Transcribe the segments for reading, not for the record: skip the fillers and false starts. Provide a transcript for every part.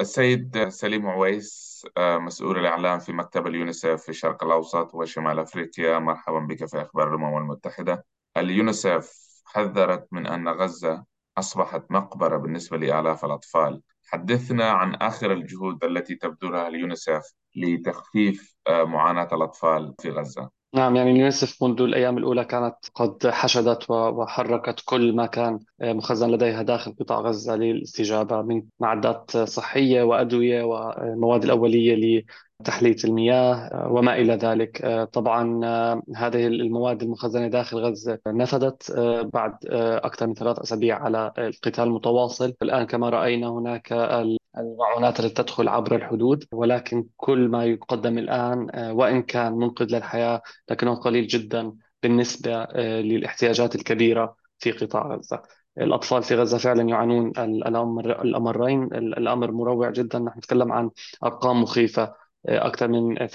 السيد سليم عويس، مسؤول الإعلام في مكتب اليونيسف في الشرق الأوسط وشمال أفريقيا. مرحبا بك في أخبار الأمم المتحدة. اليونيسف حذرت من أن غزة أصبحت مقبرة بالنسبة لآلاف الأطفال. حدثنا عن آخر الجهود التي تبذلها اليونيسف لتخفيف معاناة الأطفال في غزة. نعم، يعني اليونيسف منذ الأيام الأولى كانت قد حشدت وحركت كل ما كان مخزن لديها داخل قطاع غزة للاستجابة من معدات صحية وأدوية والمواد الأولية لتحلية المياه وما إلى ذلك. طبعا هذه المواد المخزنة داخل غزة نفدت بعد أكثر من 3 أسابيع على القتال المتواصل. الآن كما رأينا هناك المعونات التي تدخل عبر الحدود، ولكن كل ما يقدم الآن وإن كان منقذ للحياة لكنه قليل جدا بالنسبة للاحتياجات الكبيرة في قطاع غزة. الأطفال في غزة فعلا يعانون الأمرين. الأمر مروع جدا، نحن نتكلم عن أرقام مخيفة. أكثر من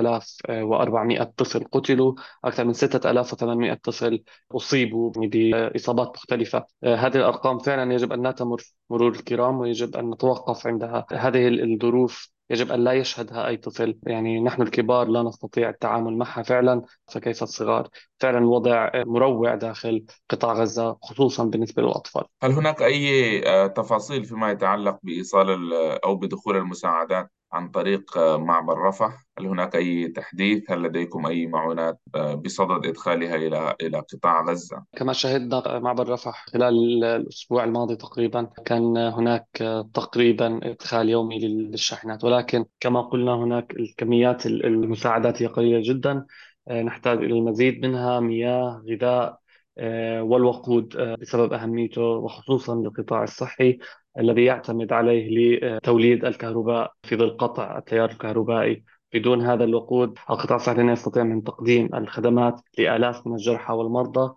3400 طفل قتلوا، أكثر من 6800 طفل أصيبوا بإصابات مختلفة. هذه الأرقام فعلا يجب أن لا تمر مرور الكرام، ويجب أن نتوقف عندها. هذه الظروف يجب أن لا يشهدها أي طفل، يعني نحن الكبار لا نستطيع التعامل معها فعلا، فكيف الصغار؟ فعلا الوضع مروع داخل قطاع غزة خصوصا بالنسبة للأطفال. هل هناك أي تفاصيل فيما يتعلق بإيصال أو بدخول المساعدات عن طريق معبر رفح؟ هل هناك أي تحديث؟ هل لديكم أي معونات بصدد إدخالها إلى قطاع غزة؟ كما شهدنا معبر رفح خلال الأسبوع الماضي تقريبا، كان هناك تقريبا إدخال يومي للشاحنات، ولكن كما قلنا هناك الكميات المساعدات هي قليلة جدا. نحتاج إلى المزيد منها: مياه، غذاء، والوقود، بسبب أهميته وخصوصا للقطاع الصحي الذي يعتمد عليه لتوليد الكهرباء في ظل قطع التيار الكهربائي. بدون هذا الوقود القطاع الصحي لن يستطيع من تقديم الخدمات لآلاف من الجرحى والمرضى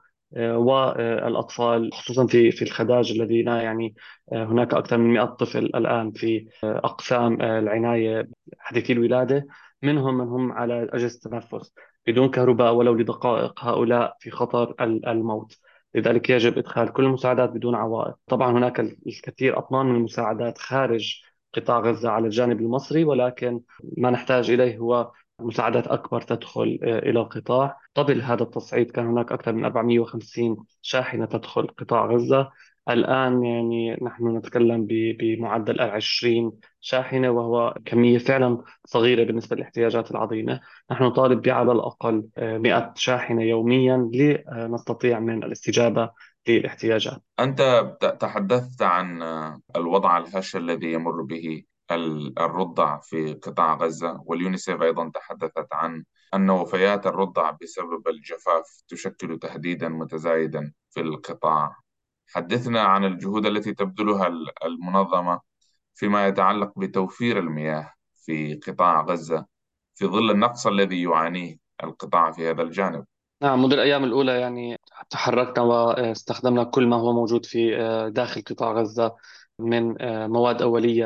والأطفال، خصوصا في الخداج الذين يعني هناك أكثر من 100 طفل الآن في أقسام العناية حديثي الولادة، منهم من هم على أجهزة التنفس. بدون كهرباء ولو لدقائق هؤلاء في خطر الموت. لذلك يجب إدخال كل المساعدات بدون عوائق. طبعا هناك الكثير أطنان من المساعدات خارج قطاع غزة على الجانب المصري، ولكن ما نحتاج إليه هو مساعدات أكبر تدخل إلى القطاع. قبل هذا التصعيد كان هناك أكثر من 450 شاحنة تدخل قطاع غزة. الآن يعني نحن نتكلم بمعدل 20 شاحنة، وهو كمية فعلا صغيرة بالنسبة للاحتياجات العظيمة. نحن نطالب على الأقل 100 شاحنة يوميا لنستطيع من الاستجابة للاحتياجات. أنت تحدثت عن الوضع الهش الذي يمر به الرضع في قطاع غزة، واليونيسيف أيضا تحدثت عن أن وفيات الرضع بسبب الجفاف تشكل تهديدا متزايدا في القطاع. حدثنا عن الجهود التي تبذلها المنظمة فيما يتعلق بتوفير المياه في قطاع غزة في ظل النقص الذي يعانيه القطاع في هذا الجانب. نعم، منذ الأيام الأولى يعني تحركنا واستخدمنا كل ما هو موجود في داخل قطاع غزة من مواد أولية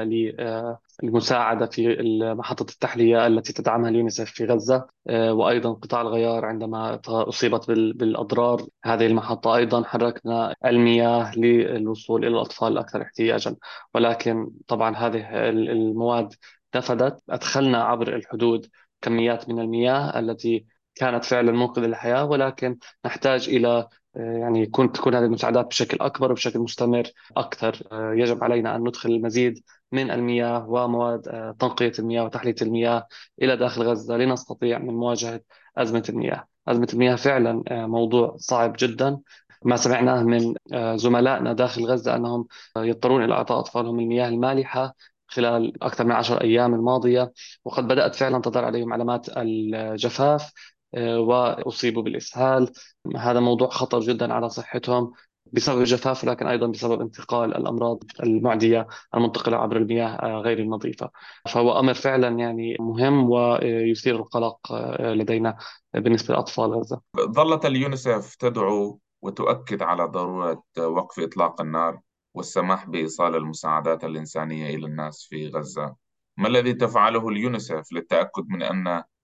للمساعدة في محطة التحلية التي تدعمها اليونيسف في غزة، وأيضا قطاع الغيار عندما أصيبت بالأضرار هذه المحطة. أيضا حركنا المياه للوصول إلى الأطفال الأكثر احتياجا، ولكن طبعا هذه المواد نفدت. أدخلنا عبر الحدود كميات من المياه التي كانت فعلا منقذة للحياة، ولكن نحتاج إلى يعني تكون هذه المساعدات بشكل أكبر وبشكل مستمر أكثر. يجب علينا أن ندخل المزيد من المياه ومواد تنقية المياه وتحلية المياه إلى داخل غزة لنستطيع من مواجهة أزمة المياه. أزمة المياه فعلا موضوع صعب جدا. ما سمعناه من زملائنا داخل غزة أنهم يضطرون إلى إعطاء أطفالهم المياه المالحة خلال أكثر من 10 أيام الماضية، وقد بدأت فعلا تظهر عليهم علامات الجفاف وأصيبوا بالإسهال. هذا موضوع خطر جدا على صحتهم بسبب الجفاف، لكن أيضا بسبب انتقال الأمراض المعدية المنتقلة عبر المياه غير النظيفة. فهو أمر فعلا يعني مهم ويثير القلق لدينا بالنسبة لأطفال غزة. ظلت اليونيسف تدعو وتؤكد على ضرورة وقف إطلاق النار والسماح بإيصال المساعدات الإنسانية إلى الناس في غزة. ما الذي تفعله اليونيسف للتأكد من أن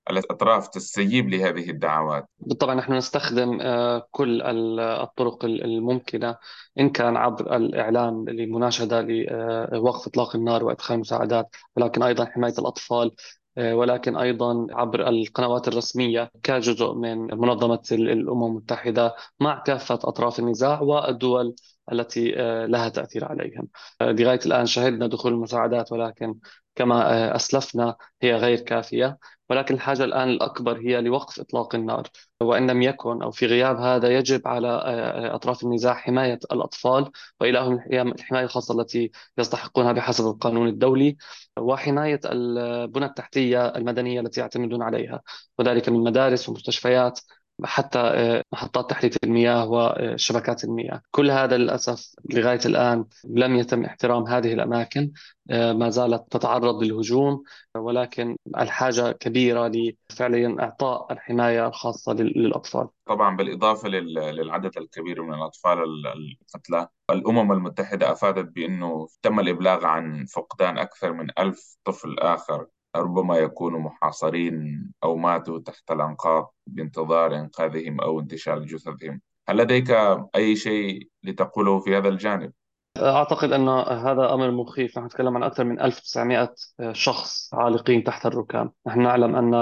الأطراف تستجيب لهذه الدعوات؟ بالطبع نحن نستخدم كل الطرق الممكنة، إن كان عبر الإعلام لمناشدة لوقف إطلاق النار وإدخال مساعدات، ولكن أيضا حماية الأطفال، ولكن أيضا عبر القنوات الرسمية كجزء من منظمة الأمم المتحدة مع كافة أطراف النزاع والدول التي لها تأثير عليهم. لغاية الآن شهدنا دخول المساعدات، ولكن كما أسلفنا هي غير كافية. ولكن الحاجة الآن الأكبر هي لوقف إطلاق النار، وإن لم يكن أو في غياب هذا يجب على أطراف النزاع حماية الأطفال وإلهم الحماية الخاصة التي يستحقونها بحسب القانون الدولي، وحماية البنى التحتية المدنية التي يعتمدون عليها، وذلك من مدارس ومستشفيات حتى محطات تحلية المياه وشبكات المياه. كل هذا للأسف لغاية الآن لم يتم احترام هذه الأماكن، ما زالت تتعرض للهجوم، ولكن الحاجة كبيرة لفعليا إعطاء الحماية الخاصة للأطفال. طبعا بالإضافة للعدد الكبير من الأطفال القتلى، الأمم المتحدة أفادت بأنه تم الإبلاغ عن فقدان أكثر من 1000 طفل آخر، ربما يكونوا محاصرين أو ماتوا تحت الأنقاض بانتظار إنقاذهم أو انتشال جثثهم. هل لديك أي شيء لتقوله في هذا الجانب؟ أعتقد أن هذا أمر مخيف. نحن نتكلم عن أكثر من 1900 شخص عالقين تحت الركام. نحن نعلم أن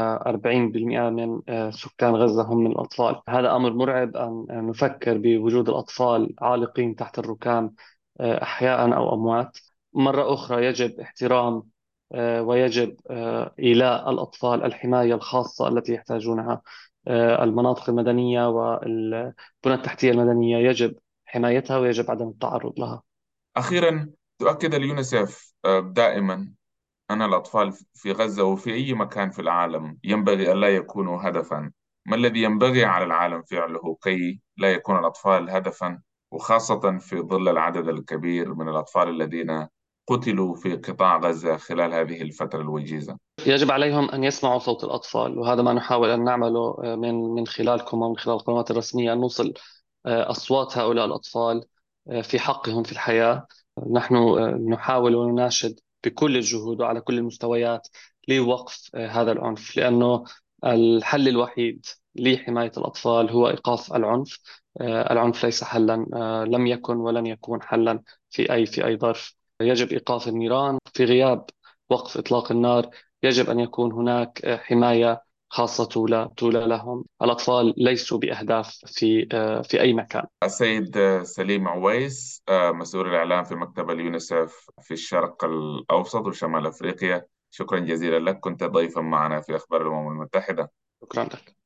40% من سكان غزة هم من الأطفال. هذا أمر مرعب أن نفكر بوجود الأطفال عالقين تحت الركام، أحياء أو أموات. مرة أخرى يجب احترام ويجب إيلاء الأطفال الحماية الخاصة التي يحتاجونها. المناطق المدنية والبنى التحتية المدنية يجب حمايتها ويجب عدم التعرض لها. أخيرا، تؤكد اليونيسف دائما أن الأطفال في غزة وفي أي مكان في العالم ينبغي ألا يكونوا هدفا. ما الذي ينبغي على العالم فعله كي لا يكون الأطفال هدفا، وخاصة في ظل العدد الكبير من الأطفال الذين قتلوا في قطاع غزة خلال هذه الفترة الوجيزة؟ يجب عليهم أن يسمعوا صوت الأطفال، وهذا ما نحاول أن نعمله من خلالكم ومن خلال القنوات الرسمية، أن نوصل أصوات هؤلاء الأطفال في حقهم في الحياة. نحن نحاول ونناشد بكل الجهود وعلى كل المستويات لوقف هذا العنف، لأنه الحل الوحيد لحماية الأطفال هو إيقاف العنف. العنف ليس حلا، لم يكن ولن يكون حلا في أي ظرف. يجب إيقاف النيران. في غياب وقف إطلاق النار يجب أن يكون هناك حماية خاصة تولى لهم. الأطفال ليسوا بأهداف في أي مكان. السيد سليم عويس، مسؤول الإعلام في مكتب اليونيسف في الشرق الأوسط وشمال أفريقيا، شكرا جزيلا لك، كنت ضيفا معنا في أخبار الأمم المتحدة. شكرا لك.